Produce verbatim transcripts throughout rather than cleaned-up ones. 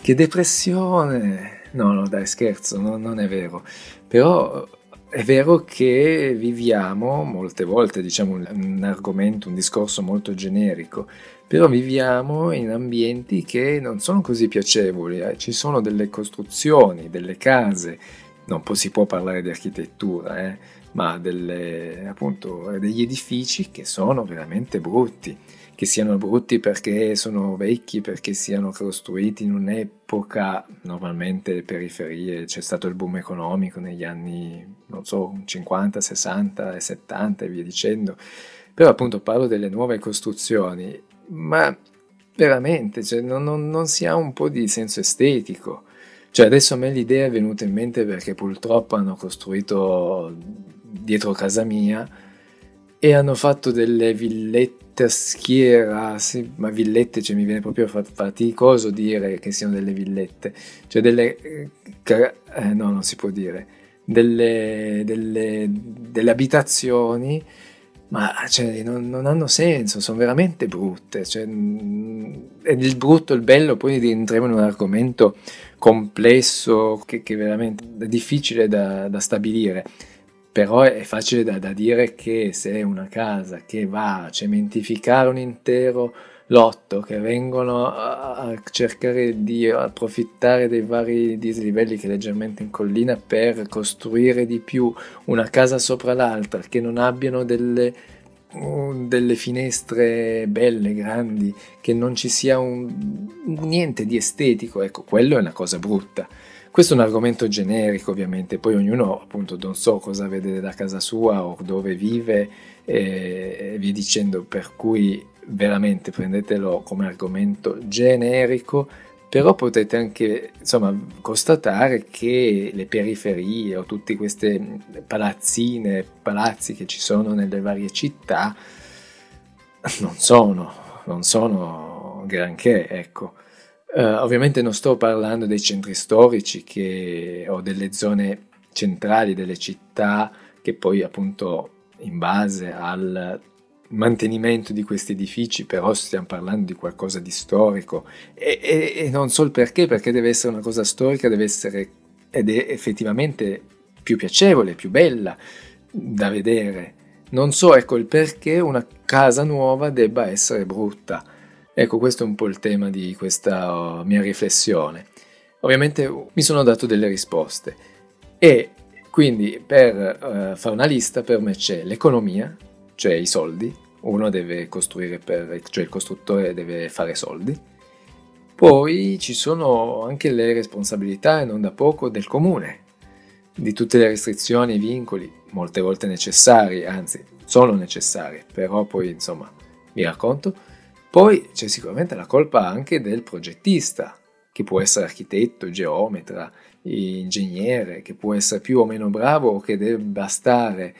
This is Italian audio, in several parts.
Che depressione! No, no, dai, scherzo, no, non è vero. Però è vero che viviamo, molte volte, diciamo, un, un argomento, un discorso molto generico, però viviamo in ambienti che non sono così piacevoli. Eh. Ci sono delle costruzioni, delle case, non po- si può parlare di architettura, eh, ma delle, appunto, degli edifici che sono veramente brutti. Che siano brutti perché sono vecchi, perché siano costruiti in un'epoca, normalmente le periferie, c'è stato il boom economico negli anni, non so, cinquanta, sessanta e settanta e via dicendo, però appunto parlo delle nuove costruzioni, ma veramente, cioè, non, non, non si ha un po' di senso estetico. Cioè adesso a me l'idea è venuta in mente perché purtroppo hanno costruito dietro casa mia e hanno fatto delle villette a schiera, sì, ma villette, cioè mi viene proprio fa- faticoso dire che siano delle villette, cioè delle, eh, ca- eh, no, non si può dire, delle, delle, delle abitazioni, ma cioè, non, non hanno senso, sono veramente brutte, cioè, mm, e il brutto e il bello, poi entriamo in un argomento complesso che, che veramente è difficile da, da stabilire. Però è facile da, da dire che se è una casa che va a cementificare un intero lotto, che vengono a, a cercare di approfittare dei vari dislivelli che è leggermente in collina per costruire di più una casa sopra l'altra, che non abbiano delle, uh, delle finestre belle, grandi, che non ci sia un, niente di estetico, ecco, quello è una cosa brutta. Questo è un argomento generico, ovviamente, poi ognuno appunto non so cosa vede da casa sua o dove vive e via dicendo, per cui veramente prendetelo come argomento generico, però potete anche insomma constatare che le periferie o tutte queste palazzine, palazzi che ci sono nelle varie città non sono, non sono granché, ecco. Uh, ovviamente non sto parlando dei centri storici che, o delle zone centrali delle città che poi appunto in base al mantenimento di questi edifici però stiamo parlando di qualcosa di storico e, e, e non so il perché, perché deve essere una cosa storica, deve essere ed è effettivamente più piacevole, più bella da vedere. Non so ecco il perché una casa nuova debba essere brutta. Ecco, questo è un po' il tema di questa oh, mia riflessione. Ovviamente uh, mi sono dato delle risposte e quindi per uh, fare una lista per me c'è l'economia, cioè i soldi, uno deve costruire per, cioè il costruttore deve fare soldi, poi ci sono anche le responsabilità e non da poco del comune, di tutte le restrizioni e vincoli, molte volte necessari, anzi sono necessari, però poi insomma vi racconto. Poi c'è sicuramente la colpa anche del progettista, che può essere architetto, geometra, ingegnere, che può essere più o meno bravo o che debba stare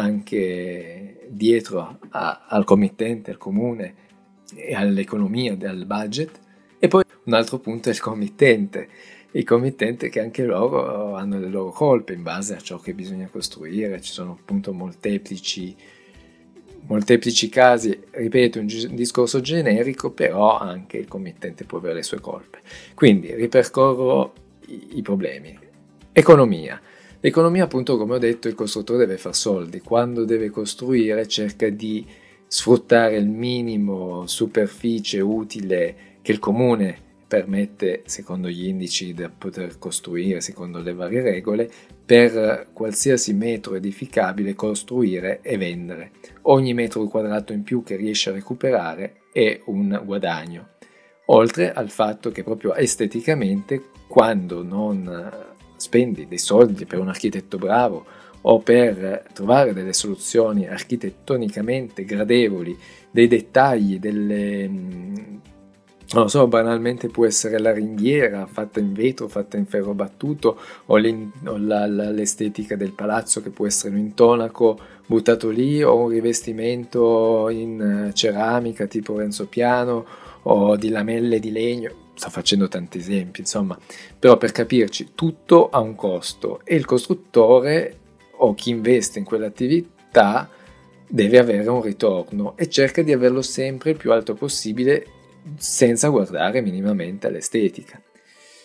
anche dietro a, al committente, al comune e all'economia, al budget. E poi un altro punto è il committente, il committente che anche loro hanno le loro colpe in base a ciò che bisogna costruire, ci sono appunto molteplici molteplici casi, ripeto, un gi- discorso generico, però anche il committente può avere le sue colpe. Quindi ripercorro i, i problemi. Economia. L'economia, appunto, come ho detto, il costruttore deve fare soldi. Quando deve costruire cerca di sfruttare il minimo superficie utile che il comune permette, secondo gli indici da poter costruire, secondo le varie regole, per qualsiasi metro edificabile costruire e vendere. Ogni metro quadrato in più che riesce a recuperare è un guadagno. Oltre al fatto che proprio esteticamente, quando non spendi dei soldi per un architetto bravo o per trovare delle soluzioni architettonicamente gradevoli, dei dettagli, delle non lo so, banalmente può essere la ringhiera fatta in vetro, fatta in ferro battuto, o, o la, la, l'estetica del palazzo che può essere un intonaco buttato lì, o un rivestimento in ceramica tipo Renzo Piano, o di lamelle di legno. Sto facendo tanti esempi, insomma, però per capirci, tutto ha un costo e il costruttore o chi investe in quell'attività deve avere un ritorno e cerca di averlo sempre il più alto possibile senza guardare minimamente all'estetica.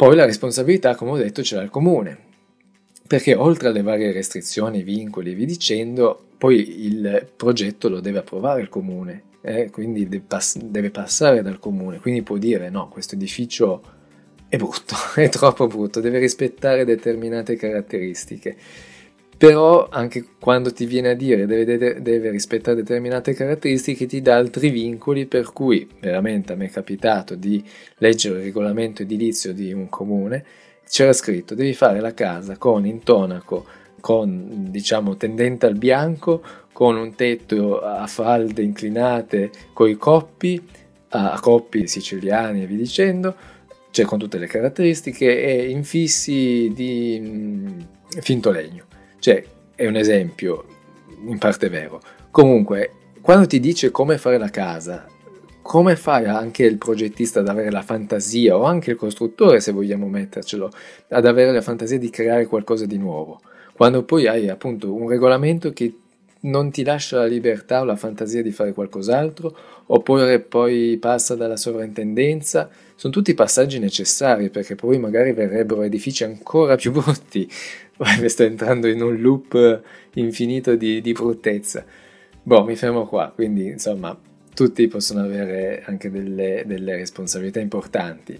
Poi la responsabilità, come ho detto, ce l'ha il comune, perché oltre alle varie restrizioni, vincoli e via dicendo, poi il progetto lo deve approvare il comune, eh? Quindi deve, pass- deve passare dal comune, quindi può dire no, questo edificio è brutto, è troppo brutto, deve rispettare determinate caratteristiche. Però anche quando ti viene a dire deve, deve, deve rispettare determinate caratteristiche, ti dà altri vincoli, per cui veramente a me è capitato di leggere il regolamento edilizio di un comune, c'era scritto devi fare la casa con intonaco, con diciamo tendente al bianco, con un tetto a falde inclinate, con i coppi, a coppi siciliani e via dicendo, cioè con tutte le caratteristiche, e infissi di mh, finto legno. Cioè, è un esempio, in parte vero. Comunque, quando ti dice come fare la casa, come fai anche il progettista ad avere la fantasia, o anche il costruttore, se vogliamo mettercelo, ad avere la fantasia di creare qualcosa di nuovo? Quando poi hai appunto un regolamento che non ti lascia la libertà o la fantasia di fare qualcos'altro, oppure poi passa dalla sovrintendenza, sono tutti passaggi necessari, perché poi magari verrebbero edifici ancora più brutti. Mi sto entrando in un loop infinito di, di bruttezza. Boh, mi fermo qua, quindi insomma tutti possono avere anche delle, delle responsabilità importanti.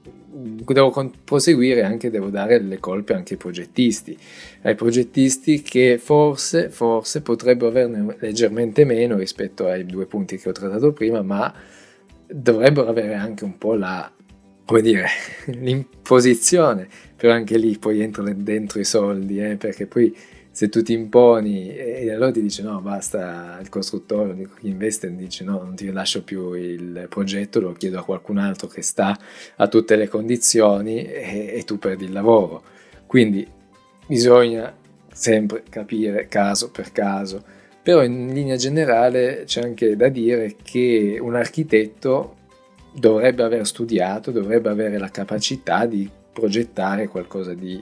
Devo con- proseguire anche, devo dare le colpe anche ai progettisti, ai progettisti che forse, forse potrebbero averne leggermente meno rispetto ai due punti che ho trattato prima, ma dovrebbero avere anche un po' la, come dire, l'imposizione, però anche lì poi entrano dentro i soldi, eh, perché poi se tu ti imponi e allora ti dice no, basta, il costruttore, chi investe dice no, non ti lascio più il progetto, lo chiedo a qualcun altro che sta a tutte le condizioni, e, e tu perdi il lavoro. Quindi bisogna sempre capire caso per caso, però in linea generale c'è anche da dire che un architetto dovrebbe aver studiato, dovrebbe avere la capacità di progettare qualcosa di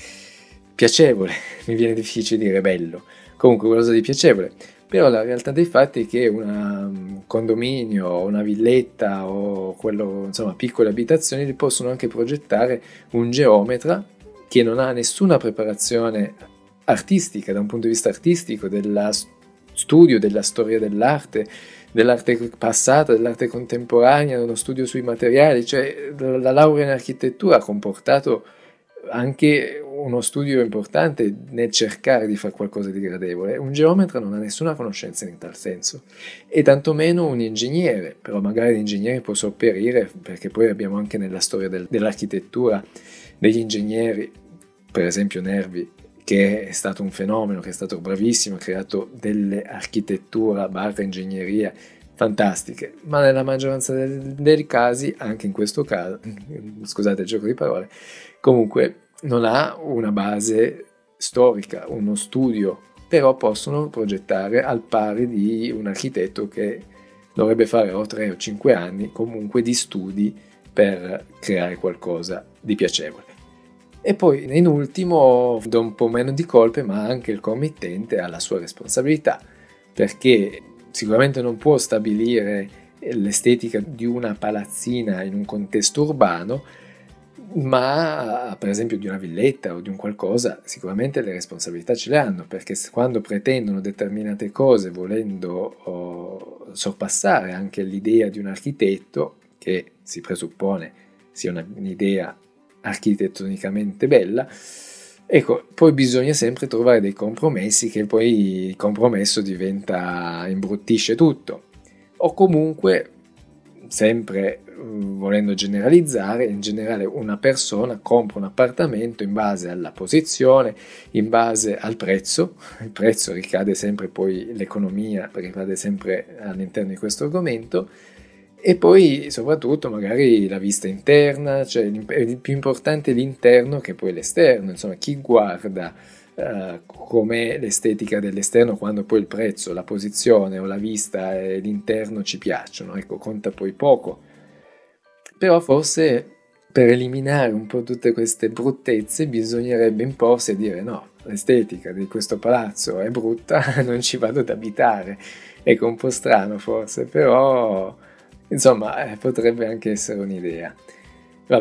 piacevole, mi viene difficile dire bello, comunque qualcosa di piacevole, però la realtà dei fatti è che un condominio, una villetta o quello, insomma, piccole abitazioni li possono anche progettare un geometra che non ha nessuna preparazione artistica, da un punto di vista artistico, della studio, della storia dell'arte, dell'arte passata, dell'arte contemporanea, uno studio sui materiali, cioè la laurea in architettura ha comportato anche uno studio importante nel cercare di fare qualcosa di gradevole. Un geometra non ha nessuna conoscenza in tal senso, e tantomeno un ingegnere, però magari l'ingegnere può sopperire, perché poi abbiamo anche nella storia del, dell'architettura degli ingegneri, per esempio Nervi, che è stato un fenomeno, che è stato bravissimo, ha creato delle architettura barra ingegneria fantastiche, ma nella maggioranza dei, dei casi, anche in questo caso, scusate il gioco di parole, comunque non ha una base storica, uno studio, però possono progettare al pari di un architetto che dovrebbe fare o tre o cinque anni comunque di studi per creare qualcosa di piacevole. E poi in ultimo do un po' meno di colpe, ma anche il committente ha la sua responsabilità, perché sicuramente non può stabilire l'estetica di una palazzina in un contesto urbano, ma per esempio di una villetta o di un qualcosa sicuramente le responsabilità ce le hanno, perché quando pretendono determinate cose volendo oh, sorpassare anche l'idea di un architetto, che si presuppone sia una, un'idea architettonicamente bella, ecco, poi bisogna sempre trovare dei compromessi, che poi il compromesso diventa, imbruttisce tutto, o comunque, sempre volendo generalizzare, in generale una persona compra un appartamento in base alla posizione, in base al prezzo, il prezzo ricade sempre, poi l'economia ricade sempre all'interno di questo argomento, e poi soprattutto magari la vista interna, cioè è più importante l'interno che poi l'esterno, insomma chi guarda uh, com'è l'estetica dell'esterno quando poi il prezzo, la posizione o la vista e l'interno ci piacciono, ecco, conta poi poco. Però forse per eliminare un po' tutte queste bruttezze bisognerebbe imporsi e dire no, l'estetica di questo palazzo è brutta, non ci vado ad abitare. Ecco, un po' strano forse, però insomma eh, potrebbe anche essere un'idea. Vabbè,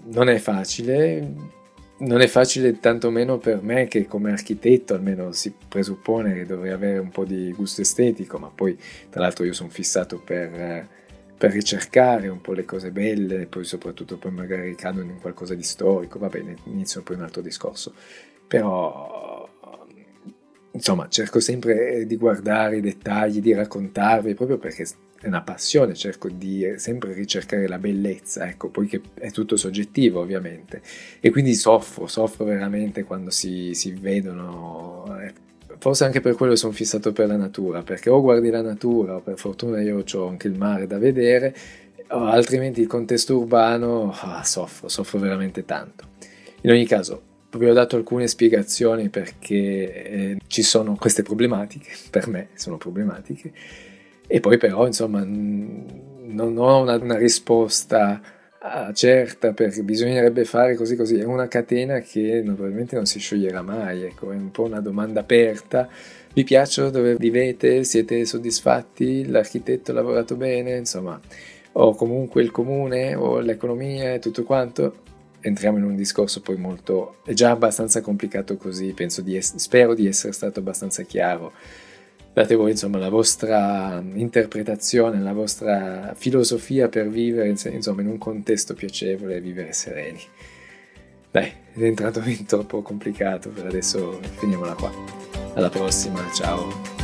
non è facile. Non è facile tantomeno per me, che come architetto almeno si presuppone che dovrei avere un po' di gusto estetico, ma poi tra l'altro io sono fissato per, per ricercare un po' le cose belle, poi soprattutto poi magari cadono in qualcosa di storico, va bene, inizio poi un altro discorso. Però insomma cerco sempre di guardare i dettagli, di raccontarvi, proprio perché è una passione, cerco di sempre ricercare la bellezza, ecco, poi che è tutto soggettivo ovviamente, e quindi soffro, soffro veramente quando si, si vedono, eh, forse anche per quello sono fissato per la natura, perché o guardi la natura, o per fortuna io ho anche il mare da vedere, o altrimenti il contesto urbano, ah, soffro, soffro veramente tanto. In ogni caso, vi ho dato alcune spiegazioni perché eh, ci sono queste problematiche, per me sono problematiche, e poi però insomma non ho una, una risposta ah, certa, perché bisognerebbe fare così così, è una catena che probabilmente non si scioglierà mai, ecco, è un po' una domanda aperta. Vi piacciono dove vivete? Siete soddisfatti? L'architetto ha lavorato bene? Insomma, o comunque il comune o l'economia e tutto quanto. Entriamo in un discorso poi molto, è già abbastanza complicato così, penso di es- spero di essere stato abbastanza chiaro. Date voi insomma la vostra interpretazione, la vostra filosofia per vivere insomma in un contesto piacevole e vivere sereni. Dai, è entrato in troppo complicato, per adesso finiamola qua. Alla prossima, ciao!